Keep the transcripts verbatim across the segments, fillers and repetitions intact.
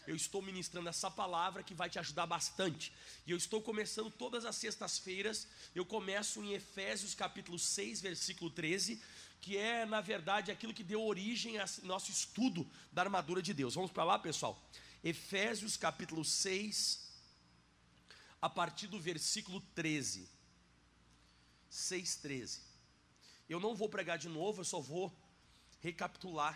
eu estou ministrando essa palavra que vai te ajudar bastante. E eu estou começando todas as sextas-feiras, eu começo em Efésios capítulo seis, versículo treze, que é, na verdade, aquilo que deu origem ao nosso estudo da armadura de Deus. Vamos para lá, pessoal? Efésios capítulo seis, a partir do versículo treze. seis, treze. Eu não vou pregar de novo, eu só vou recapitular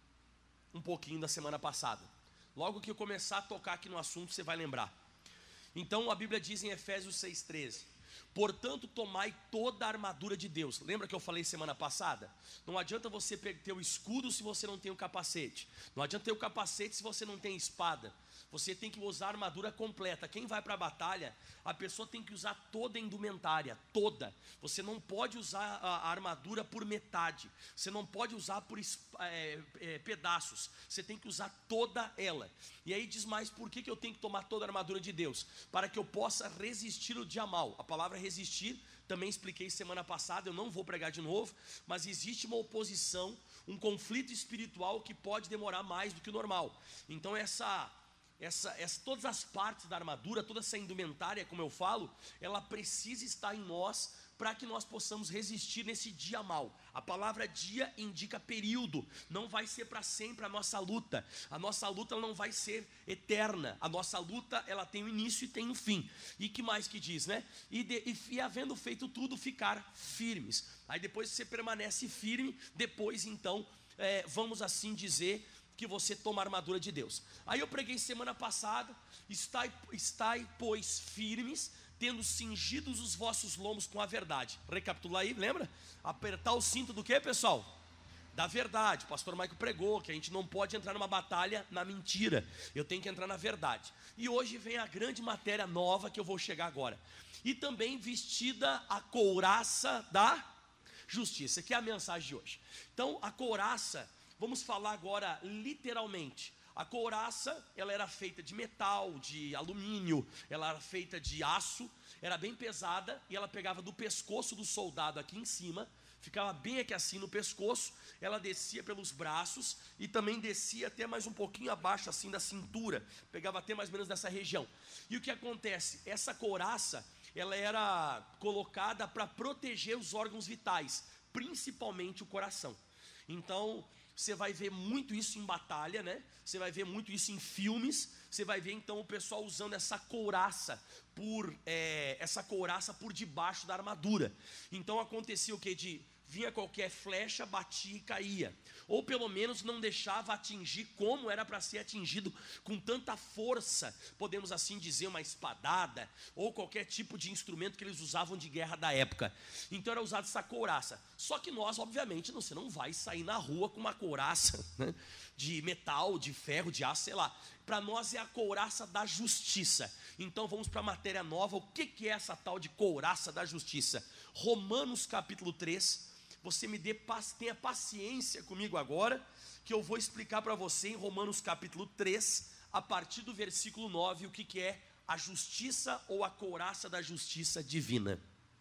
um pouquinho da semana passada. Logo que eu começar a tocar aqui no assunto, você vai lembrar. Então a Bíblia diz em Efésios seis, treze: portanto, tomai toda a armadura de Deus. Lembra que eu falei semana passada? Não adianta você ter o escudo se você não tem o capacete. Não adianta ter o capacete se você não tem espada. Você tem que usar a armadura completa. Quem vai para a batalha, a pessoa tem que usar toda a indumentária, toda. Você não pode usar a armadura por metade. Você não pode usar por é, é, pedaços. Você tem que usar toda ela. E aí diz mais, por que, que eu tenho que tomar toda a armadura de Deus? Para que eu possa resistir o dia mal. A palavra resistir, também expliquei semana passada, eu não vou pregar de novo, mas existe uma oposição, um conflito espiritual que pode demorar mais do que o normal. Então essa... Essa, essa, todas as partes da armadura, toda essa indumentária, como eu falo, ela precisa estar em nós para que nós possamos resistir nesse dia mal. A palavra dia indica período, não vai ser para sempre a nossa luta. A nossa luta não vai ser eterna. A nossa luta, ela tem um início e tem um fim. E que mais que diz, né? E, de, e, e havendo feito tudo, ficar firmes. Aí depois você permanece firme, depois então, é, vamos assim dizer, que você toma a armadura de Deus. Aí eu preguei semana passada: estai, estai pois firmes, tendo cingidos os vossos lombos com a verdade. Recapitular aí, lembra? Apertar o cinto do que, pessoal? Da verdade. O pastor Maico pregou que a gente não pode entrar numa batalha na mentira, eu tenho que entrar na verdade. E hoje vem a grande matéria nova que eu vou chegar agora. E também vestida a couraça da justiça, que é a mensagem de hoje. Então a couraça, vamos falar agora literalmente. A couraça, ela era feita de metal, de alumínio, ela era feita de aço, era bem pesada, e ela pegava do pescoço do soldado aqui em cima, ficava bem aqui assim no pescoço, ela descia pelos braços e também descia até mais um pouquinho abaixo assim da cintura, pegava até mais ou menos nessa região. E o que acontece? Essa couraça, ela era colocada para proteger os órgãos vitais, principalmente o coração. Então você vai ver muito isso em batalha, né? Você vai ver muito isso em filmes. Você vai ver então o pessoal usando essa couraça por é, essa couraça por debaixo da armadura. Então acontecia o que? De vinha qualquer flecha, batia e caía, ou pelo menos não deixava atingir como era para ser atingido com tanta força, podemos assim dizer, uma espadada, ou qualquer tipo de instrumento que eles usavam de guerra da época. Então era usada essa couraça. Só que nós, obviamente, você não vai sair na rua com uma couraça, né, de metal, de ferro, de aço, sei lá. Para nós é a couraça da justiça. Então vamos para a matéria nova. O que, que é essa tal de couraça da justiça? Romanos capítulo três. Você me dê, tenha paciência comigo agora, que eu vou explicar para você em Romanos capítulo três, a partir do versículo nove, o que, que é a justiça ou a couraça da justiça divina.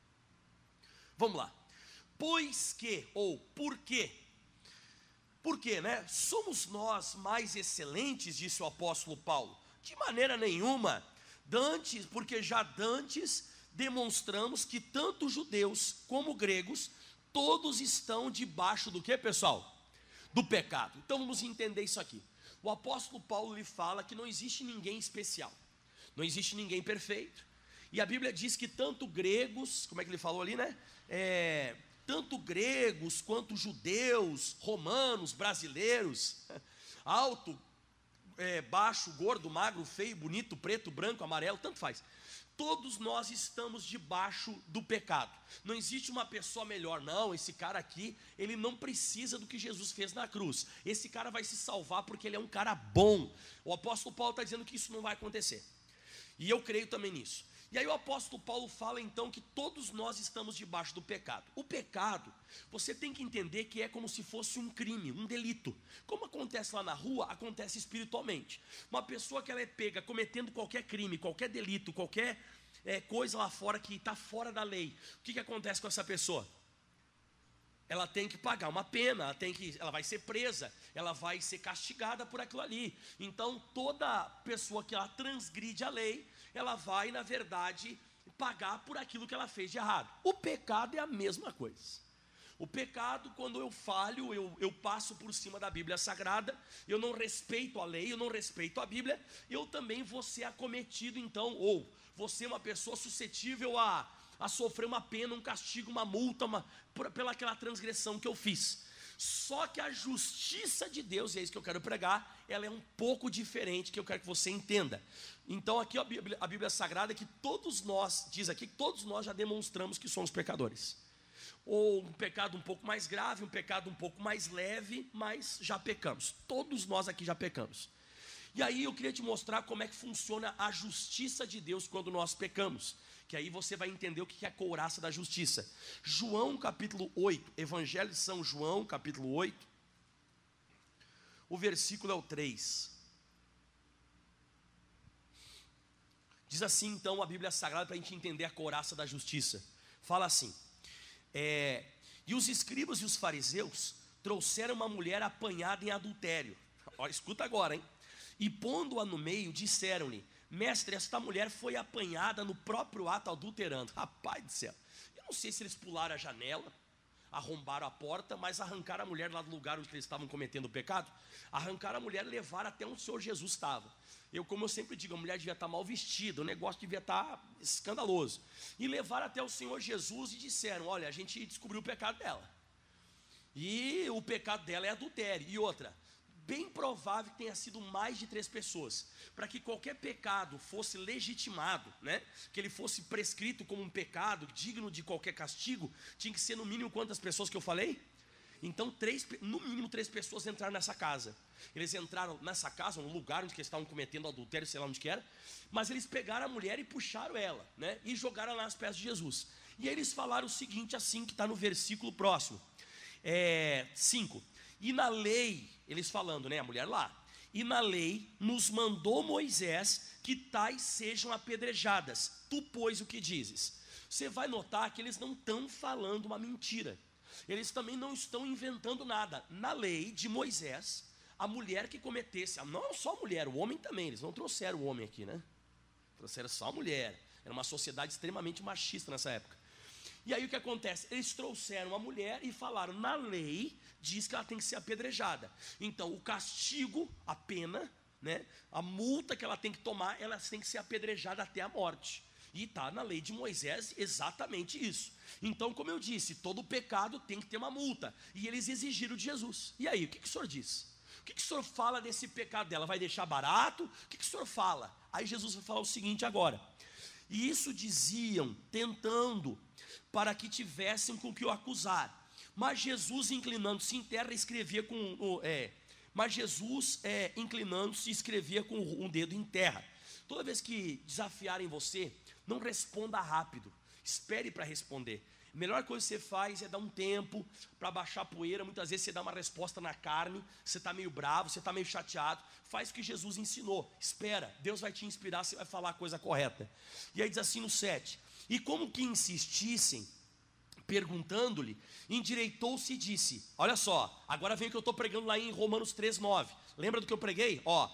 Vamos lá. Pois que, ou por quê? Por quê, né? Somos nós mais excelentes, disse o apóstolo Paulo? De maneira nenhuma. Dantes, porque já dantes demonstramos que tanto judeus como gregos, todos estão debaixo do que, pessoal? Do pecado. Então vamos entender isso aqui. O apóstolo Paulo lhe fala que não existe ninguém especial, não existe ninguém perfeito. E a Bíblia diz que tanto gregos, como é que ele falou ali, né? É, tanto gregos quanto judeus, romanos, brasileiros, alto, é, baixo, gordo, magro, feio, bonito, preto, branco, amarelo, tanto faz. Todos nós estamos debaixo do pecado. Não existe uma pessoa melhor, não. Esse cara aqui, ele não precisa do que Jesus fez na cruz. Esse cara vai se salvar porque ele é um cara bom. O apóstolo Paulo está dizendo que isso não vai acontecer. E eu creio também nisso. E aí o apóstolo Paulo fala então que todos nós estamos debaixo do pecado. O pecado, você tem que entender que é como se fosse um crime, um delito. Como acontece lá na rua, acontece espiritualmente. Uma pessoa que ela é pega cometendo qualquer crime, qualquer delito, qualquer é, coisa lá fora que está fora da lei. O que, que acontece com essa pessoa? ela tem que pagar uma pena, ela, tem que, ela vai ser presa, ela vai ser castigada por aquilo ali. Então toda pessoa que ela transgride a lei, ela vai na verdade pagar por aquilo que ela fez de errado. O pecado é a mesma coisa. O pecado, quando eu falho, eu, eu passo por cima da Bíblia Sagrada, eu não respeito a lei, eu não respeito a Bíblia, eu também vou ser acometido então, ou vou ser uma pessoa suscetível a, a sofrer uma pena, um castigo, uma multa, uma, por, pela aquela transgressão que eu fiz. Só que a justiça de Deus, e é isso que eu quero pregar, ela é um pouco diferente, que eu quero que você entenda. Então aqui a Bíblia, a Bíblia Sagrada é que todos nós, diz aqui, que todos nós já demonstramos que somos pecadores. Ou um pecado um pouco mais grave, um pecado um pouco mais leve, mas já pecamos. Todos nós aqui já pecamos. E aí eu queria te mostrar como é que funciona a justiça de Deus quando nós pecamos, que aí você vai entender o que é a couraça da justiça. João capítulo oito, Evangelho de São João capítulo oito, o versículo é o três. Diz assim então a Bíblia Sagrada, para a gente entender a couraça da justiça. Fala assim: é, e os escribas e os fariseus trouxeram uma mulher apanhada em adultério. Olha, escuta agora, hein? E pondo-a no meio, disseram-lhe: mestre, esta mulher foi apanhada no próprio ato adulterando. Rapaz do céu, eu não sei se eles pularam a janela, arrombaram a porta, mas arrancaram a mulher lá do lugar onde eles estavam cometendo o pecado. Arrancaram a mulher e levaram até onde o Senhor Jesus estava. Eu, como eu sempre digo, a mulher devia estar mal vestida, o negócio devia estar escandaloso. E levaram até o Senhor Jesus e disseram: olha, a gente descobriu o pecado dela. E o pecado dela é adultério. E outra, bem provável que tenha sido mais de três pessoas. Para que qualquer pecado fosse legitimado, né? Que ele fosse prescrito como um pecado, digno de qualquer castigo, tinha que ser no mínimo quantas pessoas que eu falei? Então, três, no mínimo três pessoas entraram nessa casa. Eles entraram nessa casa, no lugar onde eles estavam cometendo adultério, sei lá onde que era. Mas eles pegaram a mulher e puxaram ela, né? E jogaram lá nas pés de Jesus. E aí eles falaram o seguinte, assim, que está no versículo próximo. É, cinco. E na lei, eles falando, né, a mulher lá, e na lei nos mandou Moisés que tais sejam apedrejadas. Tu, pois, o que dizes? Você vai notar que eles não estão falando uma mentira. Eles também não estão inventando nada. Na lei de Moisés, a mulher que cometesse, não só a mulher, o homem também, eles não trouxeram o homem aqui, né? Trouxeram só a mulher. Era uma sociedade extremamente machista nessa época. E aí o que acontece? Eles trouxeram a mulher e falaram, na lei diz que ela tem que ser apedrejada. Então o castigo, a pena, né, a multa que ela tem que tomar, ela tem que ser apedrejada até a morte. E está na lei de Moisés exatamente isso. Então, como eu disse, todo pecado tem que ter uma multa. E eles exigiram de Jesus. E aí, o que, que o senhor diz? O que, que o senhor fala desse pecado dela? Vai deixar barato? O que, que o senhor fala? Aí Jesus vai falar o seguinte agora. E isso diziam, tentando, para que tivessem com que o acusar. Mas Jesus, inclinando-se em terra, escrevia com... É, mas Jesus, é, inclinando-se, escrevia com um dedo em terra. Toda vez que desafiarem você, não responda rápido. Espere para responder. A melhor coisa que você faz é dar um tempo para baixar a poeira. Muitas vezes você dá uma resposta na carne, você está meio bravo, você está meio chateado. Faz o que Jesus ensinou. Espera, Deus vai te inspirar, você vai falar a coisa correta. E aí diz assim no sete. E como que insistissem, perguntando-lhe, endireitou-se e disse, olha só, agora vem o que eu estou pregando lá em Romanos três, nove. Lembra do que eu preguei? Ó,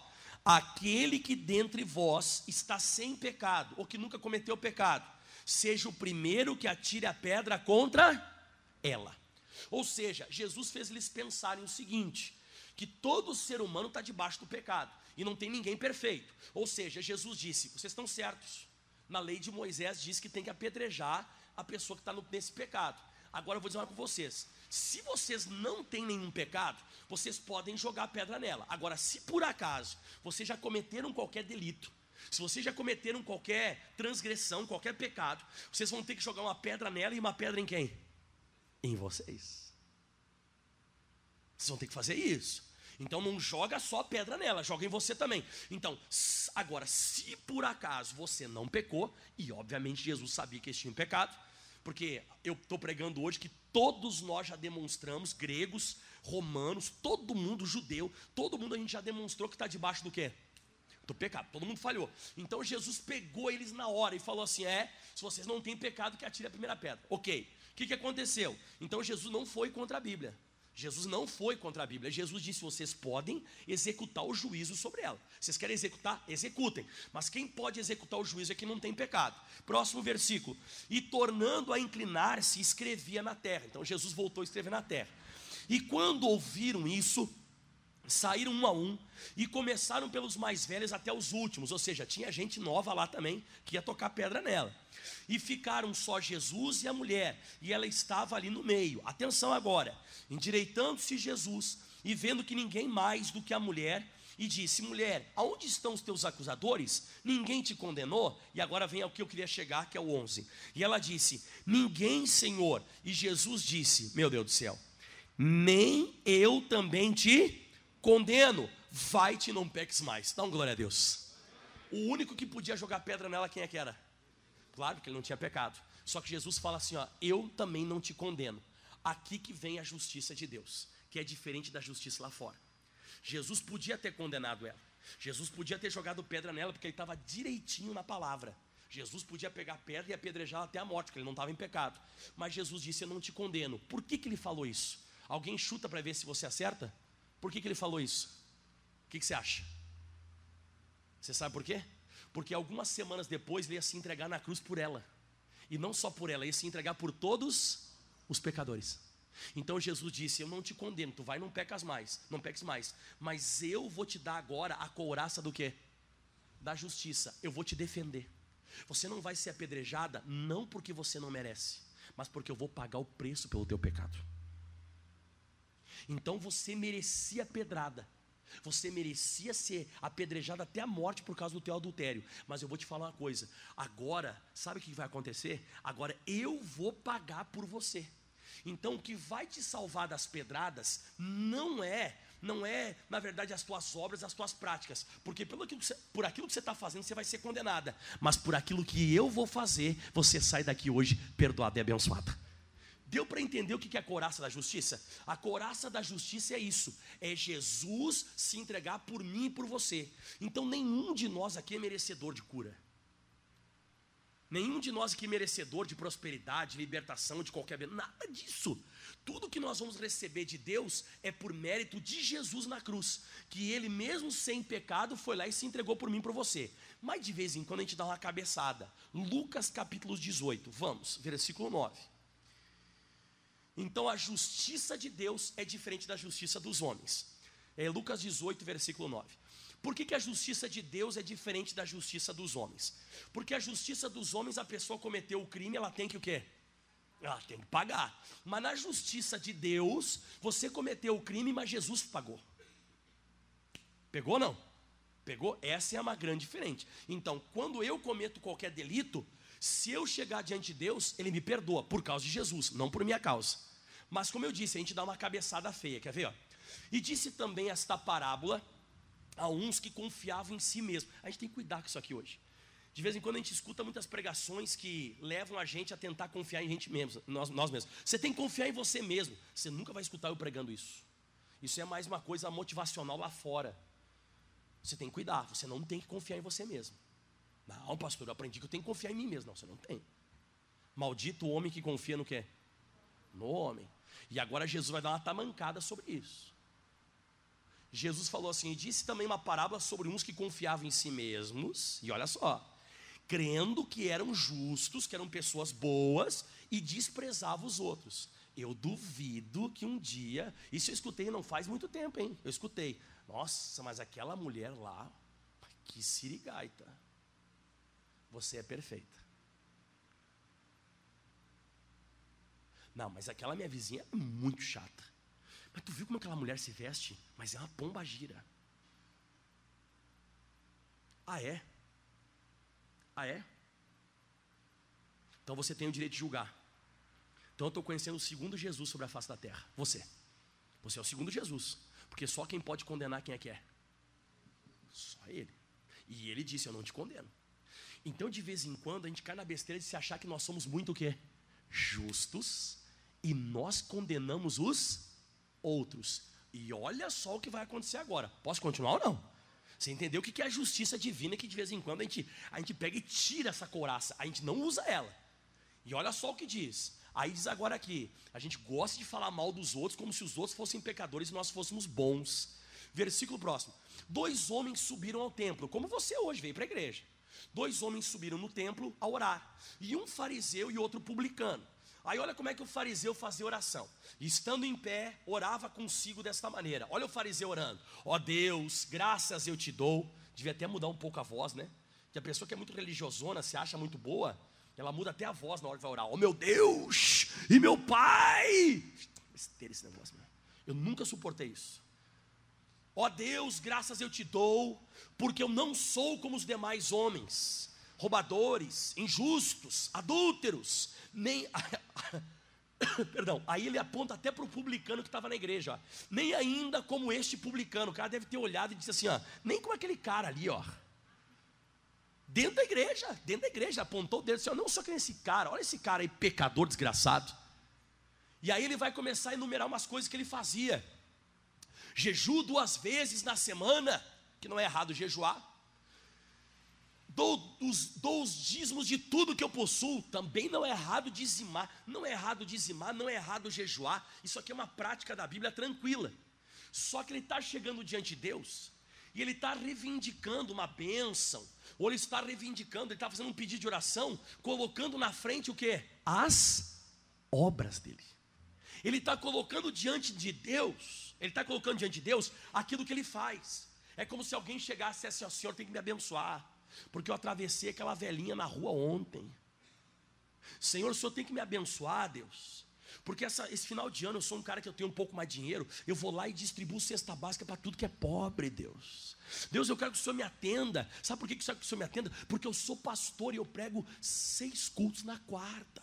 aquele que dentre vós está sem pecado, ou que nunca cometeu pecado, seja o primeiro que atire a pedra contra ela. Ou seja, Jesus fez eles pensarem o seguinte, que todo ser humano está debaixo do pecado, e não tem ninguém perfeito. Ou seja, Jesus disse, vocês estão certos, na lei de Moisés diz que tem que apedrejar a pessoa que está nesse pecado. Agora eu vou dizer uma com vocês, se vocês não têm nenhum pecado, vocês podem jogar a pedra nela. Agora, se por acaso vocês já cometeram qualquer delito, se vocês já cometeram qualquer transgressão, qualquer pecado, vocês vão ter que jogar uma pedra nela e uma pedra em quem? Em vocês. Vocês vão ter que fazer isso. Então não joga só a pedra nela, joga em você também. Então, agora, se por acaso você não pecou, e obviamente Jesus sabia que eles tinham pecado, porque eu estou pregando hoje que todos nós já demonstramos, gregos, romanos, todo mundo, judeu, todo mundo a gente já demonstrou que está debaixo do quê? Do pecado, todo mundo falhou. Então Jesus pegou eles na hora e falou assim, é, se vocês não têm pecado, que atire a primeira pedra. Ok, o que, que aconteceu? Então Jesus não foi contra a Bíblia. Jesus não foi contra a Bíblia. Jesus disse: vocês podem executar o juízo sobre ela. Vocês querem executar? Executem. Mas quem pode executar o juízo é quem não tem pecado. Próximo versículo. E tornando a inclinar-se, escrevia na terra. Então Jesus voltou a escrever na terra. E quando ouviram isso, saíram um a um e começaram pelos mais velhos até os últimos. Ou seja, tinha gente nova lá também que ia tocar pedra nela. E ficaram só Jesus e a mulher, e ela estava ali no meio. Atenção agora. Endireitando-se Jesus e vendo que ninguém mais do que a mulher, e disse: mulher, aonde estão os teus acusadores? Ninguém te condenou? E agora vem ao que eu queria chegar, que é o onze. E ela disse: ninguém, Senhor. E Jesus disse: meu Deus do céu, nem eu também te condeno, vai-te e não peques mais. Dá um glória a Deus. O único que podia jogar pedra nela, quem é que era? Claro que ele não tinha pecado. Só que Jesus fala assim: ó, eu também não te condeno. Aqui que vem a justiça de Deus, que é diferente da justiça lá fora. Jesus podia ter condenado ela, Jesus podia ter jogado pedra nela, porque ele estava direitinho na palavra. Jesus podia pegar pedra e apedrejá-la até a morte, porque ele não estava em pecado. Mas Jesus disse: eu não te condeno. Por que, que ele falou isso? Alguém chuta para ver se você acerta? Por que, que ele falou isso? O que, que você acha? Você sabe por quê? Porque algumas semanas depois ele ia se entregar na cruz por ela. E não só por ela, ia se entregar por todos os pecadores. Então Jesus disse: eu não te condeno, tu vai e não pecas mais, não peques mais, mas eu vou te dar agora a couraça do quê? Da justiça. Eu vou te defender. Você não vai ser apedrejada, não porque você não merece, mas porque eu vou pagar o preço pelo teu pecado. Então você merecia pedrada, você merecia ser apedrejado até a morte por causa do teu adultério. Mas eu vou te falar uma coisa: agora, sabe o que vai acontecer? Agora eu vou pagar por você. Então o que vai te salvar das pedradas não é, não é na verdade as tuas obras, as tuas práticas. Porque pelo aquilo que você, por aquilo que você está fazendo, você vai ser condenada. Mas por aquilo que eu vou fazer, você sai daqui hoje perdoada e abençoada. Deu para entender o que é a couraça da justiça? A couraça da justiça é isso: é Jesus se entregar por mim e por você. Então nenhum de nós aqui é merecedor de cura. Nenhum de nós aqui é merecedor de prosperidade, libertação, de qualquer bem. Nada disso. Tudo que nós vamos receber de Deus é por mérito de Jesus na cruz, que Ele mesmo sem pecado foi lá e se entregou por mim e por você. Mas de vez em quando a gente dá uma cabeçada. Lucas capítulo dezoito, vamos, versículo nove. Então a justiça de Deus é diferente da justiça dos homens. É Lucas dezoito, versículo nove. Por que, que a justiça de Deus é diferente da justiça dos homens? Porque a justiça dos homens, a pessoa cometeu o crime, ela tem que o quê? Ela tem que pagar. Mas na justiça de Deus, você cometeu o crime, mas Jesus pagou. Pegou ou não? Pegou? Essa é uma grande diferença. Então, quando eu cometo qualquer delito, se eu chegar diante de Deus, Ele me perdoa por causa de Jesus, não por minha causa. Mas como eu disse, a gente dá uma cabeçada feia, quer ver? Ó? E disse também esta parábola a uns que confiavam em si mesmo. A gente tem que cuidar com isso aqui hoje. De vez em quando a gente escuta muitas pregações que levam a gente a tentar confiar em gente mesmo, nós, nós mesmos. Você tem que confiar em você mesmo. Você nunca vai escutar eu pregando isso. Isso é mais uma coisa motivacional lá fora. Você tem que cuidar, você não tem que confiar em você mesmo. Não, pastor, eu aprendi que eu tenho que confiar em mim mesmo. Não, você não tem. Maldito o homem que confia no quê? No homem. E agora Jesus vai dar uma tamancada sobre isso. Jesus falou assim, e disse também uma parábola sobre uns que confiavam em si mesmos, e olha só, crendo que eram justos, que eram pessoas boas, e desprezavam os outros. Eu duvido que um dia, isso eu escutei não faz muito tempo, hein? Eu escutei, nossa, mas aquela mulher lá, que sirigaita, você é perfeita. Não, mas aquela minha vizinha é muito chata. Mas tu viu como aquela mulher se veste? Mas é uma pomba gira. Ah, é? Ah, é? Então você tem o direito de julgar. Então eu estou conhecendo o segundo Jesus sobre a face da terra. Você. Você é o segundo Jesus. Porque só quem pode condenar quem é que é? Só Ele. E Ele disse, eu não te condeno. Então de vez em quando a gente cai na besteira de se achar que nós somos muito o quê? Justos. E nós condenamos os outros. E olha só o que vai acontecer agora. Posso continuar ou não? Você entendeu o que é a justiça divina, que de vez em quando a gente, a gente pega e tira essa couraça. A gente não usa ela. E olha só o que diz. Aí diz agora aqui, a gente gosta de falar mal dos outros como se os outros fossem pecadores e nós fôssemos bons. Versículo próximo. Dois homens subiram ao templo, como você hoje veio para a igreja. Dois homens subiram no templo a orar, e um fariseu e outro publicano. Aí olha como é que o fariseu fazia oração. Estando em pé, orava consigo desta maneira. Olha o fariseu orando. Ó Deus, graças eu te dou. Devia até mudar um pouco a voz, né? Porque a pessoa que é muito religiosona, se acha muito boa, ela muda até a voz na hora que vai orar. Ó meu Deus e meu Pai. Besteira esse negócio, meu. Eu nunca suportei isso. Ó Deus, graças eu te dou, porque eu não sou como os demais homens, roubadores, injustos, adúlteros, nem... Perdão, aí ele aponta até para o publicano que estava na igreja, ó. Nem ainda como este publicano. O cara deve ter olhado e disse assim, ó, nem como aquele cara ali, ó. Dentro da igreja, dentro da igreja, apontou o dedo e disse, ó, não só que esse cara, olha esse cara aí, pecador desgraçado. E aí ele vai começar a enumerar umas coisas que ele fazia. Jejuo duas vezes na semana, que não é errado jejuar. Dou os, dou os dízimos de tudo que eu possuo, também não é errado dizimar. Não é errado dizimar, não é errado jejuar. Isso aqui é uma prática da Bíblia tranquila. Só que ele está chegando diante de Deus e ele está reivindicando uma bênção, ou ele está reivindicando, ele está fazendo um pedido de oração, colocando na frente o quê? As obras dele. Ele está colocando diante de Deus, ele está colocando diante de Deus aquilo que ele faz. É como se alguém chegasse e dissesse, ó, Senhor tem que me abençoar, porque eu atravessei aquela velhinha na rua ontem. Senhor, o Senhor tem que me abençoar, Deus, porque essa, esse final de ano eu sou um cara que eu tenho um pouco mais de dinheiro, eu vou lá e distribuo cesta básica para tudo que é pobre, Deus. Deus, eu quero que o Senhor me atenda. Sabe por que eu quero que o Senhor me atenda? Porque eu sou pastor e eu prego seis cultos na quarta.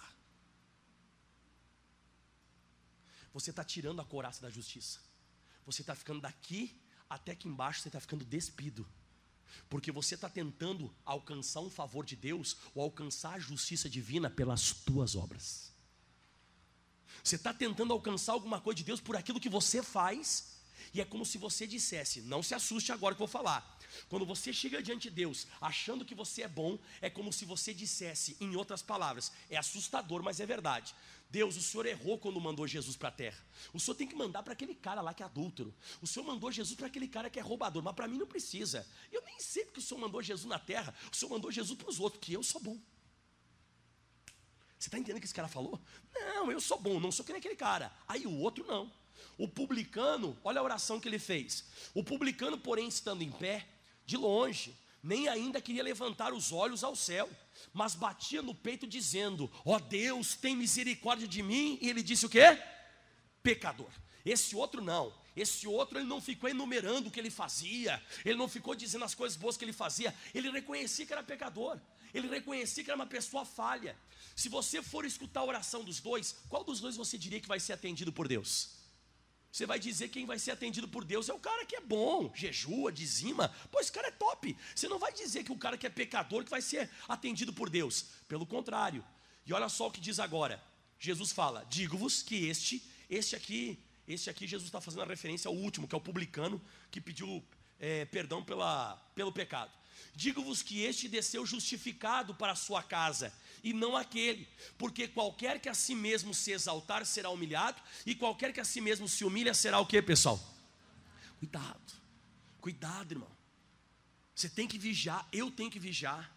Você está tirando a couraça da justiça. Você está ficando daqui até aqui embaixo, você está ficando despido. Porque você está tentando alcançar um favor de Deus, ou alcançar a justiça divina pelas tuas obras. Você está tentando alcançar alguma coisa de Deus por aquilo que você faz, e é como se você dissesse, não se assuste agora que eu vou falar. Quando você chega diante de Deus, achando que você é bom, é como se você dissesse, em outras palavras, é assustador, mas é verdade. Deus, o Senhor errou quando mandou Jesus para a terra. O Senhor tem que mandar para aquele cara lá que é adúltero. O Senhor mandou Jesus para aquele cara que é roubador, mas para mim não precisa. Eu nem sei porque o Senhor mandou Jesus na terra. O Senhor mandou Jesus para os outros, porque eu sou bom. Você está entendendo o que esse cara falou? Não, eu sou bom, não sou que nem aquele cara. Aí o outro não. O publicano, olha a oração que ele fez. O publicano, porém, estando em pé, de longe, nem ainda queria levantar os olhos ao céu, mas batia no peito dizendo, ó Deus, tem misericórdia de mim. E ele disse o quê? Pecador. Esse outro não, esse outro ele não ficou enumerando o que ele fazia, ele não ficou dizendo as coisas boas que ele fazia, ele reconhecia que era pecador, ele reconhecia que era uma pessoa falha. Se você for escutar a oração dos dois, qual dos dois você diria que vai ser atendido por Deus? Você vai dizer que quem vai ser atendido por Deus é o cara que é bom, jejua, dizima. Pô, esse cara é top. Você não vai dizer que o cara que é pecador que vai ser atendido por Deus. Pelo contrário. E olha só o que diz agora. Jesus fala, digo-vos que este, este aqui, este aqui Jesus está fazendo a referência ao último, que é o publicano, que pediu é, perdão pela, pelo pecado. Digo-vos que este desceu justificado para a sua casa, e não aquele, porque qualquer que a si mesmo se exaltar será humilhado, e qualquer que a si mesmo se humilha será o que, pessoal? Cuidado, cuidado, irmão. Você tem que vigiar, eu tenho que vigiar.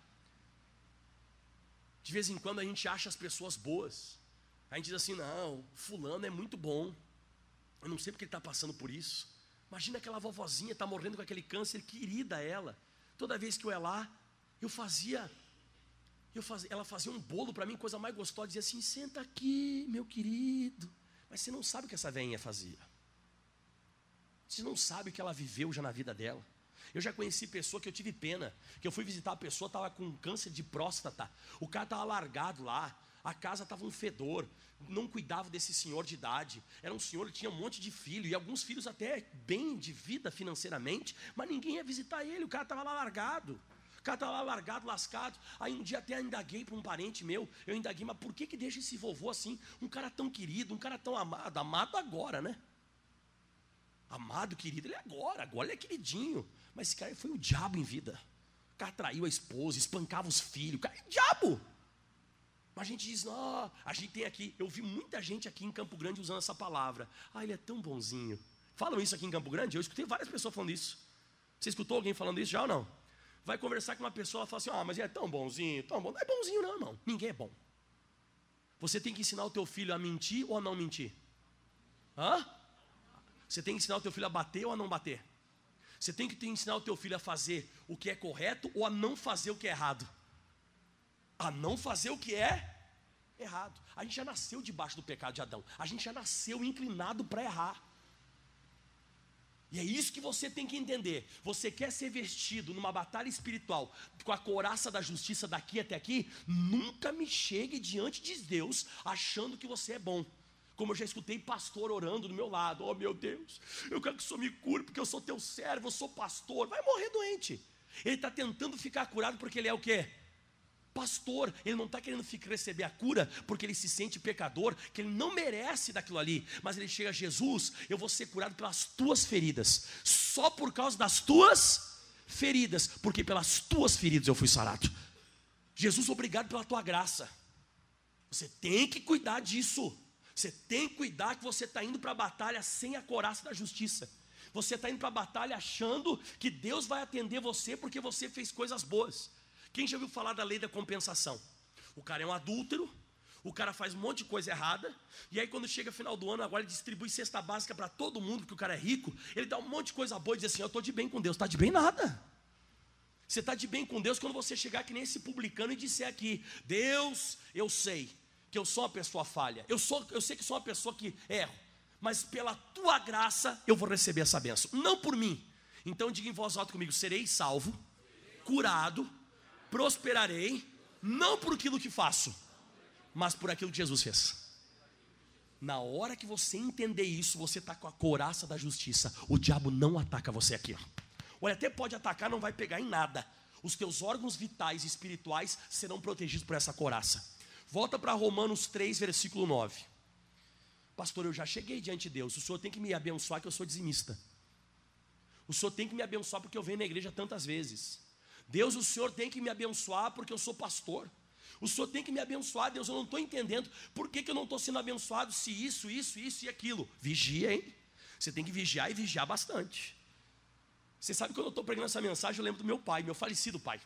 De vez em quando a gente acha as pessoas boas, a gente diz assim, não, fulano é muito bom, eu não sei porque ele está passando por isso. Imagina aquela vovozinha, está morrendo com aquele câncer, querida ela. Toda vez que eu ia lá, eu fazia, eu fazia ela fazia um bolo para mim, coisa mais gostosa, dizia assim, senta aqui, meu querido. Mas você não sabe o que essa velhinha fazia. Você não sabe o que ela viveu já na vida dela. Eu já conheci pessoa que eu tive pena, que eu fui visitar a pessoa, estava com câncer de próstata, o cara estava largado lá, a casa estava um fedor, não cuidava desse senhor de idade, era um senhor que tinha um monte de filho, e alguns filhos até bem de vida financeiramente, mas ninguém ia visitar ele, o cara estava lá largado, o cara estava lá largado, lascado. Aí um dia até indaguei para um parente meu, eu indaguei, mas por que que deixa esse vovô assim, um cara tão querido, um cara tão amado, amado agora, né? Amado, querido, ele é agora, agora ele é queridinho, mas esse cara foi o diabo em vida, o cara traiu a esposa, espancava os filhos, o cara é o diabo. Mas a gente diz, não, a gente tem aqui, eu vi muita gente aqui em Campo Grande usando essa palavra. Ah, ele é tão bonzinho. Falam isso aqui em Campo Grande? Eu escutei várias pessoas falando isso. Você escutou alguém falando isso já ou não? Vai conversar com uma pessoa e fala assim, ah, mas ele é tão bonzinho, tão bom. Não é bonzinho não, irmão. Ninguém é bom. Você tem que ensinar o teu filho a mentir ou a não mentir? Hã? Você tem que ensinar o teu filho a bater ou a não bater? Você tem que ensinar o teu filho a fazer o que é correto ou a não fazer o que é errado? A não fazer o que é errado. A gente já nasceu debaixo do pecado de Adão. A gente já nasceu inclinado para errar. E é isso que você tem que entender. Você quer ser vestido numa batalha espiritual com a couraça da justiça daqui até aqui? Nunca me chegue diante de Deus achando que você é bom. Como eu já escutei pastor orando do meu lado. Oh meu Deus, eu quero que o Senhor me cure porque eu sou teu servo, eu sou pastor. Vai morrer doente. Ele está tentando ficar curado porque ele é o quê? Pastor. Ele não está querendo ficar, receber a cura porque ele se sente pecador, que ele não merece daquilo ali. Mas ele chega a Jesus, eu vou ser curado pelas tuas feridas. Só por causa das tuas feridas. Porque pelas tuas feridas eu fui sarado. Jesus, obrigado pela tua graça. Você tem que cuidar disso. Você tem que cuidar que você está indo para a batalha sem a couraça da justiça. Você está indo para a batalha achando que Deus vai atender você porque você fez coisas boas. Quem já ouviu falar da lei da compensação? O cara é um adúltero, o cara faz um monte de coisa errada, e aí quando chega final do ano, agora ele distribui cesta básica para todo mundo, porque o cara é rico, ele dá um monte de coisa boa e diz assim, eu estou de bem com Deus. Está de bem nada. Você está de bem com Deus quando você chegar que nem esse publicano e disser aqui, Deus, eu sei que eu sou uma pessoa falha, eu, sou, eu sei que sou uma pessoa que erro, mas pela tua graça eu vou receber essa bênção, não por mim. Então diga em voz alta comigo, serei salvo, curado, prosperarei, não por aquilo que faço, mas por aquilo que Jesus fez. Na hora que você entender isso, você está com a couraça da justiça. O diabo não ataca você aqui. Olha, até pode atacar, não vai pegar em nada. Os teus órgãos vitais e espirituais serão protegidos por essa couraça. Volta para Romanos três, versículo nove. Pastor, eu já cheguei diante de Deus. O Senhor tem que me abençoar que eu sou dizimista. O Senhor tem que me abençoar porque eu venho na igreja tantas vezes. Deus, o Senhor tem que me abençoar porque eu sou pastor. O Senhor tem que me abençoar, Deus, eu não estou entendendo por que, que eu não estou sendo abençoado se isso, isso, isso e aquilo. Vigia, hein? Você tem que vigiar e vigiar bastante. Você sabe que quando eu estou pregando essa mensagem, eu lembro do meu pai, meu falecido pai.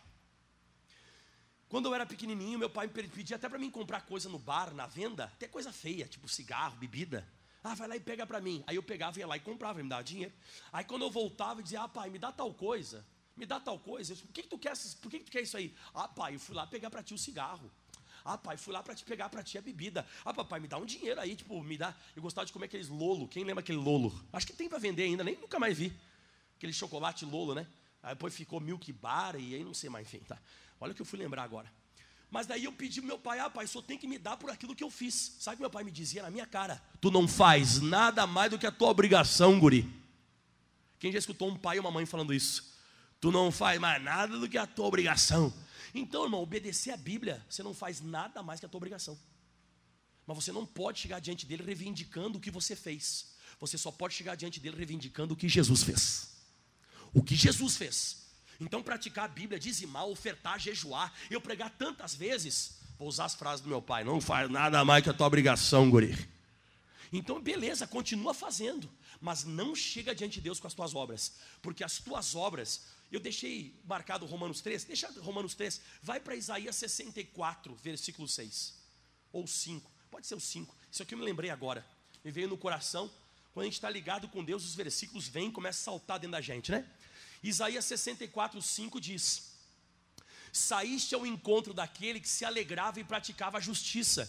Quando eu era pequenininho, meu pai me pedia até para mim comprar coisa no bar, na venda, até coisa feia, tipo cigarro, bebida. Ah, vai lá e pega para mim. Aí eu pegava, ia lá e comprava, ele me dava dinheiro. Aí quando eu voltava, eu dizia, ah pai, me dá tal coisa. Me dá tal coisa, eu disse, por que, que tu quer, por que, que tu quer isso aí? Ah pai, eu fui lá pegar para ti o cigarro. Ah pai, fui lá para te pegar para ti a bebida. Ah papai, me dá um dinheiro aí, tipo, me dá. Eu gostava de comer aqueles lolo, quem lembra aquele lolo? Acho que tem para vender ainda, nem nunca mais vi. Aquele chocolate lolo, né? Aí depois ficou Milk Bar e aí não sei mais, enfim, tá. Olha o que eu fui lembrar agora. Mas daí eu pedi pro meu pai, ah pai, só tem que me dar por aquilo que eu fiz. Sabe o que meu pai me dizia na minha cara? Tu não faz nada mais do que a tua obrigação, guri. Quem já escutou um pai e uma mãe falando isso? Tu não faz mais nada do que a tua obrigação. Então, irmão, obedecer a Bíblia, você não faz nada mais que a tua obrigação. Mas você não pode chegar diante dele reivindicando o que você fez. Você só pode chegar diante dele reivindicando o que Jesus fez. O que Jesus fez. Então, praticar a Bíblia, dizimar, ofertar, jejuar, eu pregar tantas vezes, vou usar as frases do meu pai, não faz nada mais que a tua obrigação, guri. Então, beleza, continua fazendo, mas não chega diante de Deus com as tuas obras, porque as tuas obras, eu deixei marcado Romanos três, deixa Romanos três, vai para Isaías sessenta e quatro, versículo seis, ou cinco, pode ser o cinco, isso aqui eu me lembrei agora, me veio no coração, quando a gente está ligado com Deus, os versículos vêm e começam a saltar dentro da gente, né? Isaías sessenta e quatro, cinco diz, saíste ao encontro daquele que se alegrava e praticava a justiça,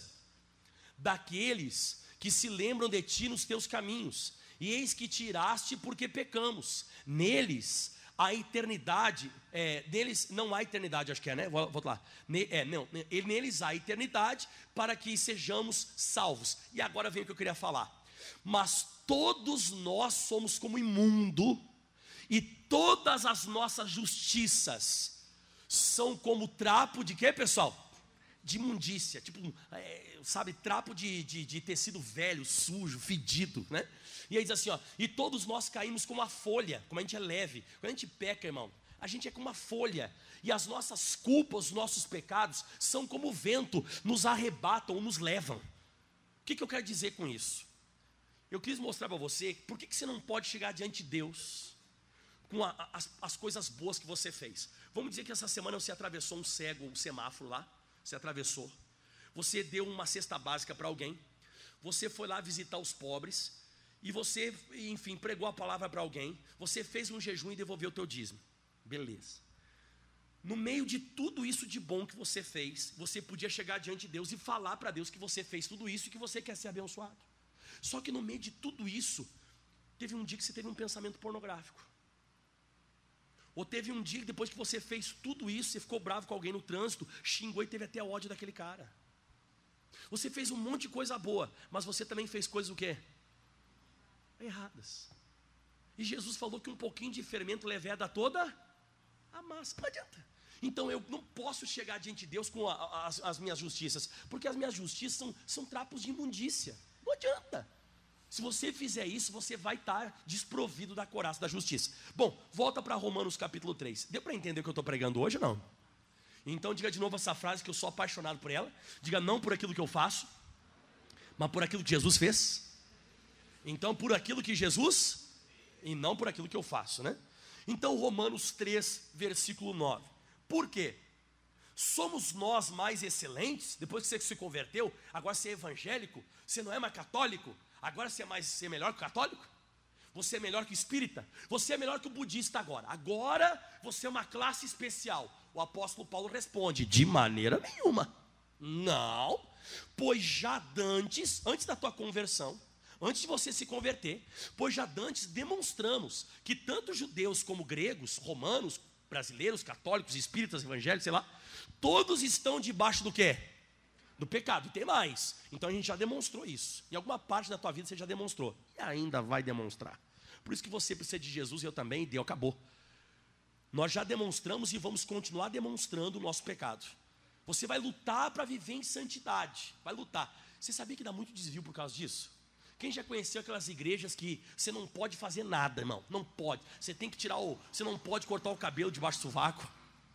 daqueles que se lembram de ti nos teus caminhos, e eis que tiraste porque pecamos, neles a eternidade, é, neles não há eternidade, acho que é, né? Volta lá, ne, é, não, neles há eternidade para que sejamos salvos. E agora vem o que eu queria falar, mas todos nós somos como imundo, e todas as nossas justiças são como trapo de quê, pessoal? De imundícia, tipo, é, sabe, trapo de, de, de tecido velho, sujo, fedido, né? E aí diz assim, ó, e todos nós caímos como a folha, como a gente é leve. Quando a gente peca, irmão, A gente é como uma folha, e as nossas culpas, os nossos pecados, são como o vento, nos arrebatam, nos levam. O que, que eu quero dizer com isso? Eu quis mostrar para você, por que, que você não pode chegar diante de Deus com a, as, as coisas boas que você fez. Vamos dizer que essa semana você atravessou um cego, um semáforo lá, você atravessou, você deu uma cesta básica para alguém, você foi lá visitar os pobres, e você, enfim, pregou a palavra para alguém, você fez um jejum e devolveu o teu dízimo. Beleza. No meio de tudo isso de bom que você fez, você podia chegar diante de Deus e falar para Deus que você fez tudo isso e que você quer ser abençoado. Só que no meio de tudo isso, teve um dia que você teve um pensamento pornográfico. Ou teve um dia que depois que você fez tudo isso, você ficou bravo com alguém no trânsito, xingou e teve até ódio daquele cara. Você fez um monte de coisa boa, mas você também fez coisas o quê? Erradas. E Jesus falou que um pouquinho de fermento leveda toda a massa. Não adianta. Então eu não posso chegar diante de Deus com a, a, as, as minhas justiças, porque as minhas justiças são, são trapos de imundícia. Não adianta. Se você fizer isso, você vai estar desprovido da couraça da justiça. Bom, volta para Romanos capítulo três. Deu para entender o que eu estou pregando hoje ou não? Então diga de novo essa frase, que eu sou apaixonado por ela. Diga: não por aquilo que eu faço, mas por aquilo que Jesus fez. Então por aquilo que Jesus, e não por aquilo que eu faço, né? Então Romanos três, versículo nove. Por quê? Somos nós mais excelentes? Depois que você se converteu, agora você é evangélico, você não é mais católico, agora você é, mais, você é melhor que o católico? Você é melhor que o espírita? Você é melhor que o budista agora. Agora você é uma classe especial. O apóstolo Paulo responde: de maneira nenhuma. Não, pois já dantes, antes da tua conversão, antes de você se converter, pois já dantes demonstramos que tanto judeus como gregos, romanos, brasileiros, católicos, espíritas, evangélicos, sei lá, todos estão debaixo do quê? Do pecado. E tem mais. Então a gente já demonstrou isso. Em alguma parte da tua vida você já demonstrou. E ainda vai demonstrar. Por isso que você precisa de Jesus e eu também, e deu, acabou. Nós já demonstramos e vamos continuar demonstrando o nosso pecado. Você vai lutar para viver em santidade. Vai lutar. Você sabia que dá muito desvio por causa disso? Quem já conheceu aquelas igrejas que você não pode fazer nada, irmão? Não pode. Você tem que tirar o... Você não pode cortar o cabelo debaixo do sovaco.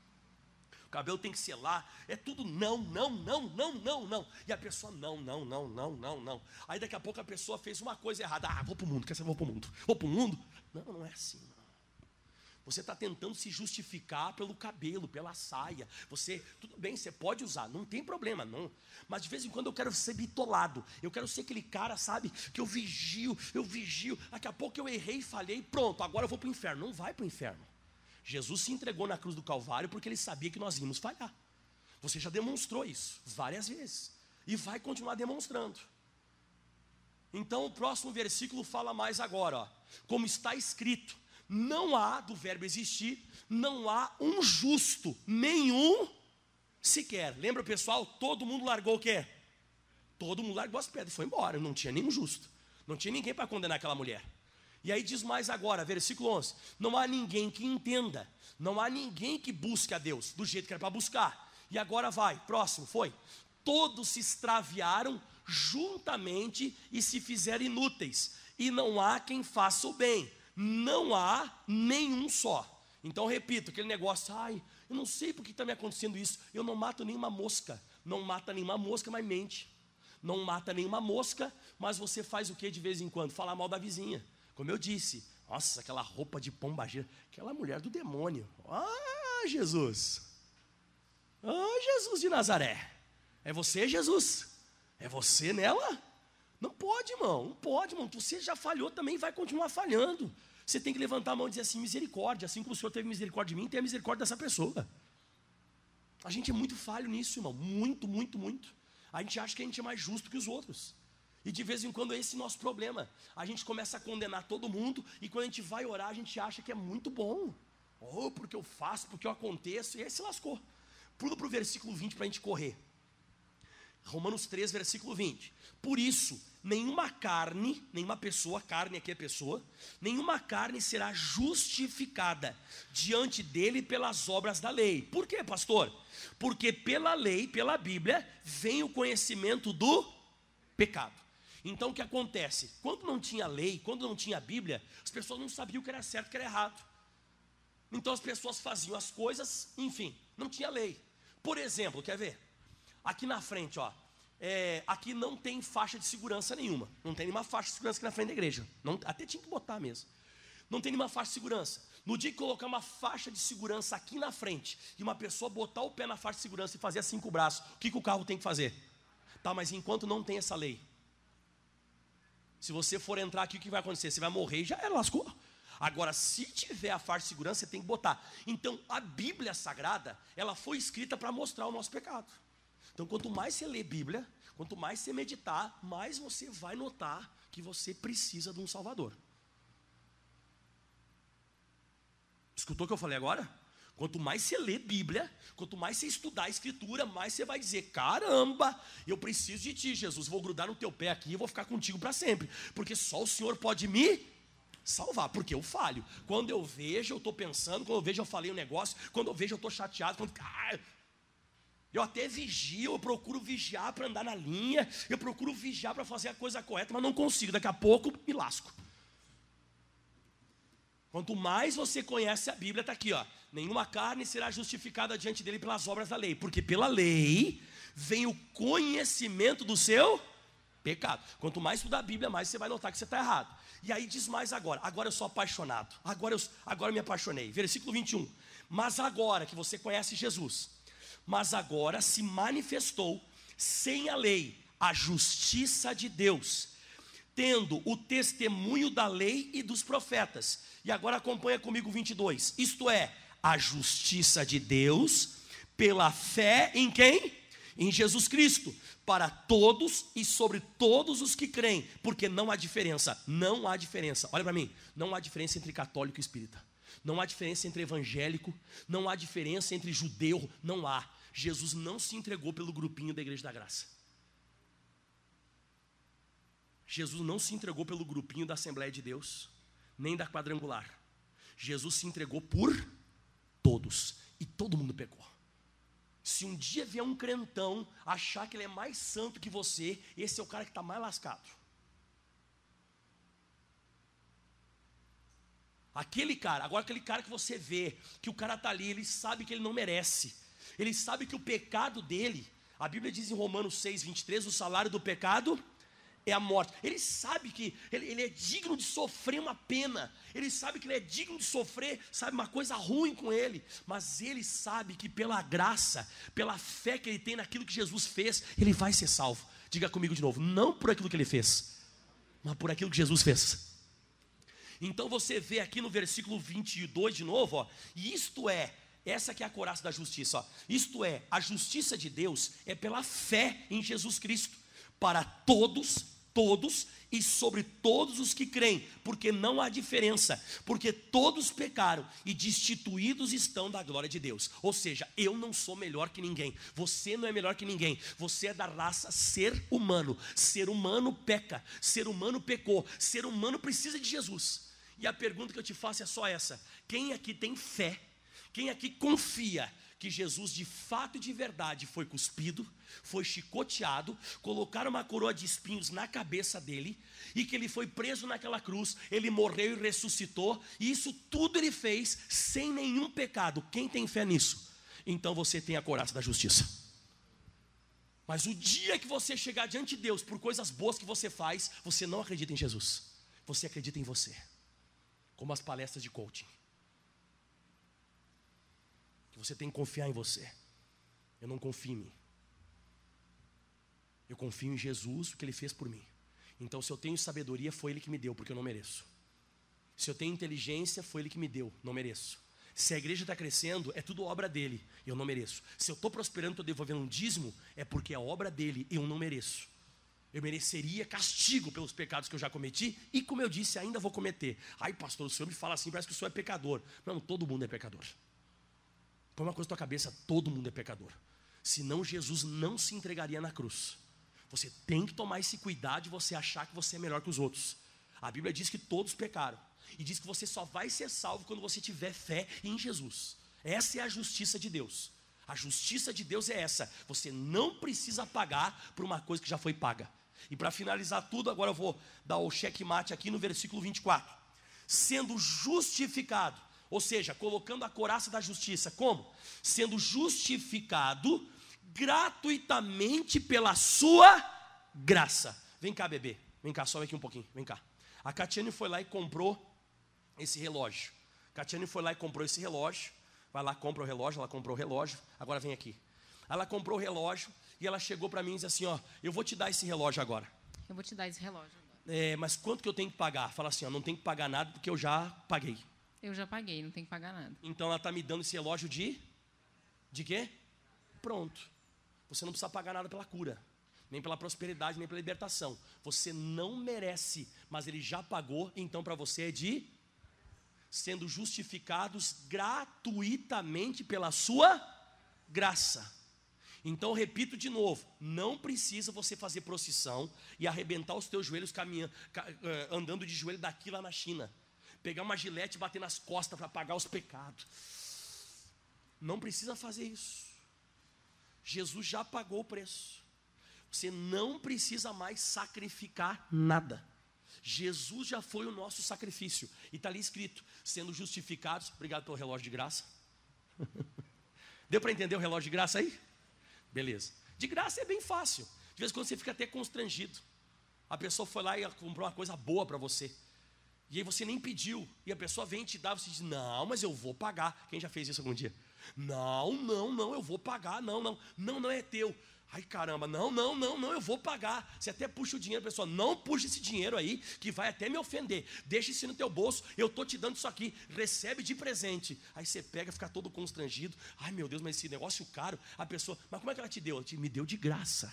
O cabelo tem que selar. É tudo não, não, não, não, não, não. E a pessoa não, não, não, não, não, não. Aí daqui a pouco a pessoa fez uma coisa errada. Ah, vou para o mundo. Quer saber? Vou para o mundo. Vou para o mundo? Não, não é assim, não. Você está tentando se justificar pelo cabelo, pela saia. Você, tudo bem, você pode usar, não tem problema, não. Mas de vez em quando eu quero ser bitolado. Eu quero ser aquele cara, sabe, que eu vigio, eu vigio. Daqui a pouco eu errei e falhei, pronto, agora eu vou para o inferno. Não vai para o inferno. Jesus se entregou na cruz do Calvário porque ele sabia que nós íamos falhar. Você já demonstrou isso várias vezes. E vai continuar demonstrando. Então o próximo versículo fala mais agora, ó. Como está escrito: não há, do verbo existir, não há um justo, nenhum sequer. Lembra, pessoal? Todo mundo largou o quê? Todo mundo largou as pedras e foi embora. Não tinha nenhum justo. Não tinha ninguém para condenar aquela mulher. E aí diz mais agora, versículo onze: não há ninguém que entenda, não há ninguém que busque a Deus do jeito que era para buscar. E agora vai, próximo, foi: todos se extraviaram juntamente e se fizeram inúteis, e não há quem faça o bem. Não há nenhum só. Então repito, aquele negócio: ai, eu não sei por que está me acontecendo isso. Eu não mato nenhuma mosca. Não mata nenhuma mosca, mas mente. Não mata nenhuma mosca, mas você faz o que de vez em quando? Falar mal da vizinha. Como eu disse, nossa, aquela roupa de pombagira, aquela mulher do demônio. Ah, Jesus. Ah, Jesus de Nazaré. É você, Jesus? É você nela? Não pode, irmão, não pode, irmão. Você já falhou também, vai continuar falhando. Você tem que levantar a mão e dizer assim: misericórdia. Assim como o Senhor teve misericórdia de mim, tenha misericórdia dessa pessoa. A gente é muito falho nisso, irmão. Muito, muito, muito. A gente acha que a gente é mais justo que os outros. E de vez em quando é esse nosso problema. A gente começa a condenar todo mundo, e quando a gente vai orar, a gente acha que é muito bom. Oh, porque eu faço, porque eu aconteço. E aí se lascou. Pula para o versículo vinte para a gente correr. Romanos três, versículo vinte. Por isso, nenhuma carne, nenhuma pessoa, carne aqui é pessoa, nenhuma carne será justificada diante dele pelas obras da lei. Por quê, pastor? Porque pela lei, pela Bíblia, vem o conhecimento do pecado. Então o que acontece? Quando não tinha lei, quando não tinha Bíblia, as pessoas não sabiam o que era certo e o que era errado. Então as pessoas faziam as coisas, enfim, não tinha lei. Por exemplo, quer ver? Aqui na frente, ó, é, aqui não tem faixa de segurança nenhuma. Não tem nenhuma faixa de segurança aqui na frente da igreja. Não, até tinha que botar mesmo. Não tem nenhuma faixa de segurança. No dia que colocar uma faixa de segurança aqui na frente e uma pessoa botar o pé na faixa de segurança e fazer assim com o braço, o que, que o carro tem que fazer? Tá, mas enquanto não tem essa lei, se você for entrar aqui, o que vai acontecer? Você vai morrer e já era, lascou. Agora, se tiver a faixa de segurança, você tem que botar. Então, a Bíblia Sagrada, ela foi escrita para mostrar o nosso pecado. Então, quanto mais você lê Bíblia, quanto mais você meditar, mais você vai notar que você precisa de um Salvador. Escutou o que eu falei agora? Quanto mais você lê Bíblia, quanto mais você estudar a Escritura, mais você vai dizer: caramba, eu preciso de ti, Jesus. Vou grudar no teu pé aqui e vou ficar contigo para sempre. Porque só o Senhor pode me salvar, porque eu falho. Quando eu vejo, eu estou pensando. Quando eu vejo, eu falei um negócio. Quando eu vejo, eu estou chateado. Quando... ah, eu até vigio, eu procuro vigiar para andar na linha. Eu procuro vigiar para fazer a coisa correta, mas não consigo. Daqui a pouco, me lasco. Quanto mais você conhece a Bíblia, está aqui, ó. Nenhuma carne será justificada diante dele pelas obras da lei, porque pela lei vem o conhecimento do seu pecado. Quanto mais estudar a Bíblia, mais você vai notar que você está errado. E aí diz mais agora: agora eu sou apaixonado, agora eu, agora eu me apaixonei. Versículo vinte e um: mas agora que você conhece Jesus, mas agora se manifestou sem a lei a justiça de Deus, tendo o testemunho da lei e dos profetas. E agora acompanha comigo o vinte e dois. Isto é, a justiça de Deus pela fé em quem? Em Jesus Cristo, para todos e sobre todos os que creem, porque não há diferença, não há diferença. Olha para mim, não há diferença entre católico e espírita. Não há diferença entre evangélico, não há diferença entre judeu, não há. Jesus não se entregou pelo grupinho da Igreja da Graça. Jesus não se entregou pelo grupinho da Assembleia de Deus, nem da Quadrangular. Jesus se entregou por todos, e todo mundo pecou. Se um dia vier um crentão achar que ele é mais santo que você, esse é o cara que está mais lascado. Aquele cara, agora aquele cara que você vê, que o cara está ali, ele sabe que ele não merece. Ele sabe que o pecado dele, a Bíblia diz em Romanos seis, vinte e três, o salário do pecado é a morte. Ele sabe que ele, ele é digno de sofrer uma pena. Ele sabe que ele é digno de sofrer, sabe, uma coisa ruim com ele. Mas ele sabe que pela graça, pela fé que ele tem naquilo que Jesus fez, ele vai ser salvo. Diga comigo de novo: não por aquilo que ele fez, mas por aquilo que Jesus fez. Então você vê aqui no versículo vinte e dois de novo, ó, e isto é, essa que é a couraça da justiça, ó, isto é, a justiça de Deus é pela fé em Jesus Cristo, para todos, todos e sobre todos os que creem, porque não há diferença, porque todos pecaram e destituídos estão da glória de Deus. Ou seja, eu não sou melhor que ninguém, você não é melhor que ninguém, você é da raça ser humano. Ser humano peca, ser humano pecou, ser humano precisa de Jesus. E a pergunta que eu te faço é só essa: quem aqui tem fé, quem aqui confia que Jesus de fato e de verdade foi cuspido, foi chicoteado, colocaram uma coroa de espinhos na cabeça dele, e que ele foi preso naquela cruz, ele morreu e ressuscitou, e isso tudo ele fez sem nenhum pecado? Quem tem fé nisso? Então você tem a couraça da justiça. Mas o dia que você chegar diante de Deus por coisas boas que você faz, você não acredita em Jesus, você acredita em você, como as palestras de coaching. Você tem que confiar em você. Eu não confio em mim. Eu confio em Jesus, o que Ele fez por mim. Então, se eu tenho sabedoria, foi Ele que me deu, porque eu não mereço. Se eu tenho inteligência, foi Ele que me deu, não mereço. Se a igreja está crescendo, é tudo obra dEle, eu não mereço. Se eu estou prosperando, estou devolvendo um dízimo, é porque é obra dEle, eu não mereço. Eu mereceria castigo pelos pecados que eu já cometi, e como eu disse, ainda vou cometer. Ai, pastor, o senhor me fala assim, parece que o senhor é pecador. Não, todo mundo é pecador. Põe uma coisa na tua cabeça: todo mundo é pecador. Senão Jesus não se entregaria na cruz. Você tem que tomar esse cuidado de você achar que você é melhor que os outros. A Bíblia diz que todos pecaram, e diz que você só vai ser salvo quando você tiver fé em Jesus. Essa é a justiça de Deus. A justiça de Deus é essa: você não precisa pagar por uma coisa que já foi paga. E para finalizar tudo, agora eu vou dar o checkmate aqui no versículo vinte e quatro. Sendo justificado, Ou seja, colocando a couraça da justiça. Como? Sendo justificado gratuitamente pela sua graça. Vem cá, bebê. Vem cá, sobe aqui um pouquinho. Vem cá. A Catiane foi lá e comprou esse relógio. A Catiane foi lá e comprou esse relógio. Vai lá, compra o relógio. Ela comprou o relógio. Agora vem aqui. Ela comprou o relógio e ela chegou para mim e disse assim, ó, eu vou te dar esse relógio agora. Eu vou te dar esse relógio agora. É, mas quanto que eu tenho que pagar? Fala assim, ó, não tem que pagar nada porque eu já paguei. Eu já paguei, não tem que pagar nada. Então ela está me dando esse relógio de... De quê? Pronto. Você não precisa pagar nada pela cura, nem pela prosperidade, nem pela libertação. Você não merece, mas ele já pagou, então para você é de... Sendo justificados gratuitamente pela sua graça. Então, repito de novo, não precisa você fazer procissão e arrebentar os teus joelhos caminhando, andando de joelho daqui lá na China. Pegar uma gilete e bater nas costas para pagar os pecados. Não precisa fazer isso. Jesus já pagou o preço. Você não precisa mais sacrificar nada. Jesus já foi o nosso sacrifício. E está ali escrito, sendo justificados. Obrigado pelo relógio de graça. Deu para entender o relógio de graça aí? Beleza. De graça é bem fácil. De vez em quando você fica até constrangido. A pessoa foi lá e comprou uma coisa boa para você. E aí você nem pediu. E a pessoa vem e te dá, você diz, não, mas eu vou pagar. Quem já fez isso algum dia? Não, não, não, eu vou pagar. Não, não, não, não é teu. Ai caramba, não, não, não, não, eu vou pagar. Você até puxa o dinheiro, pessoal, não puxa esse dinheiro aí, que vai até me ofender. Deixa isso no teu bolso, eu estou te dando isso aqui, recebe de presente. Aí você pega, fica todo constrangido. Ai meu Deus, mas esse negócio caro. A pessoa, mas como é que ela te deu? Ela te, me deu de graça.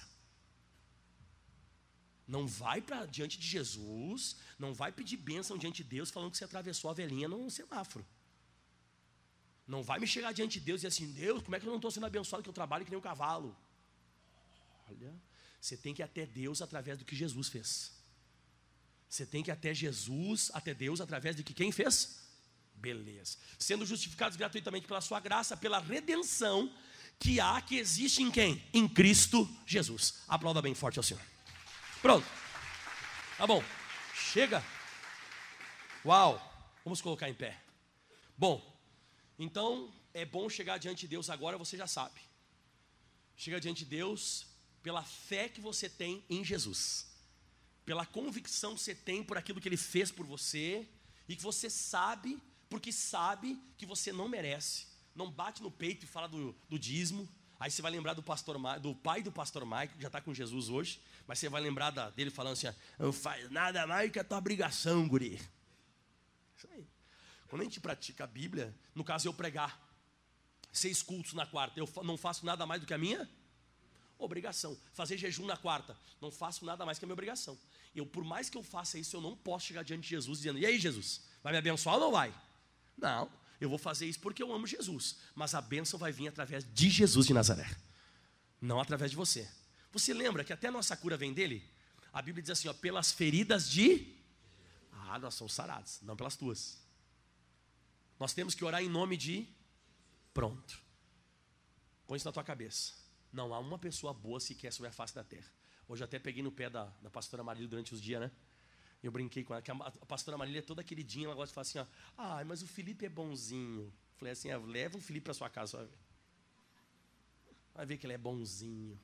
Não vai para diante de Jesus, não vai pedir bênção diante de Deus, falando que você atravessou a velhinha no semáforo. Não vai me chegar diante de Deus e dizer assim, Deus, como é que eu não estou sendo abençoado que eu trabalho que nem um cavalo? Olha, você tem que ir até Deus através do que Jesus fez. Você tem que ir até Jesus, até Deus, através de que quem fez? Beleza. Sendo justificados gratuitamente pela sua graça, pela redenção que há, que existe em quem? Em Cristo Jesus. Aplauda bem forte ao Senhor. Pronto. Tá bom. Chega. Uau. Vamos colocar em pé. Bom, então é bom chegar diante de Deus agora, você já sabe. Chega diante de Deus pela fé que você tem em Jesus, pela convicção que você tem por aquilo que Ele fez por você, e que você sabe, porque sabe que você não merece. Não bate no peito e fala do, do dízimo. Aí você vai lembrar do, pastor, do pai do pastor Mike, que já está com Jesus hoje, mas você vai lembrar da, dele falando assim, não faz nada mais que a tua obrigação, guri. Isso aí. Quando a gente pratica a Bíblia, no caso eu pregar seis cultos na quarta, eu não faço nada mais do que a minha obrigação. Fazer jejum na quarta, não faço nada mais que a minha obrigação. Eu, por mais que eu faça isso, eu não posso chegar diante de Jesus dizendo, e aí Jesus, vai me abençoar ou não vai? Não, eu vou fazer isso porque eu amo Jesus, mas a bênção vai vir através de Jesus de Nazaré, não através de você. Você lembra que até a nossa cura vem dele? A Bíblia diz assim, ó, pelas feridas de... Ah, nós somos sarados, não pelas tuas. Nós temos que orar em nome de... Pronto. Põe isso na tua cabeça. Não há uma pessoa boa sequer sobre a face da terra. Hoje eu até peguei no pé da, da pastora Marília durante os dias, né? Eu brinquei com ela, que a, a pastora Marília é toda queridinha, ela gosta de falar assim, ó, ah, mas o Felipe é bonzinho. Falei assim, ah, leva o Felipe para sua casa, só vai ver. Vai ver que ele é bonzinho.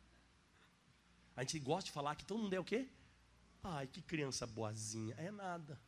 A gente gosta de falar que todo mundo é o quê? Ai, que criança boazinha. É nada.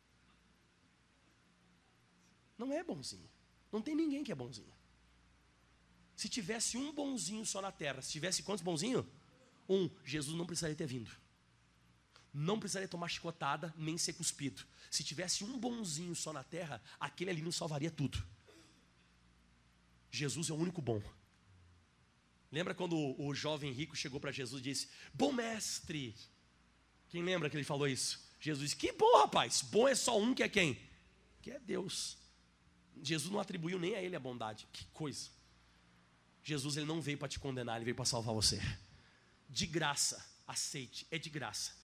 Não é bonzinho. Não tem ninguém que é bonzinho. Se tivesse um bonzinho só na terra, se tivesse quantos bonzinhos? Um, Jesus não precisaria ter vindo. Não precisaria tomar chicotada, nem ser cuspido. Se tivesse um bonzinho só na terra, aquele ali não salvaria tudo. Jesus é o único bom. Lembra quando o, o jovem rico chegou para Jesus e disse, bom mestre. Quem lembra que ele falou isso? Jesus disse, que bom rapaz, bom é só um que é quem? Que é Deus. Jesus não atribuiu nem a ele a bondade. Que coisa. Jesus ele não veio para te condenar, ele veio para salvar você. De graça, aceite, é de graça.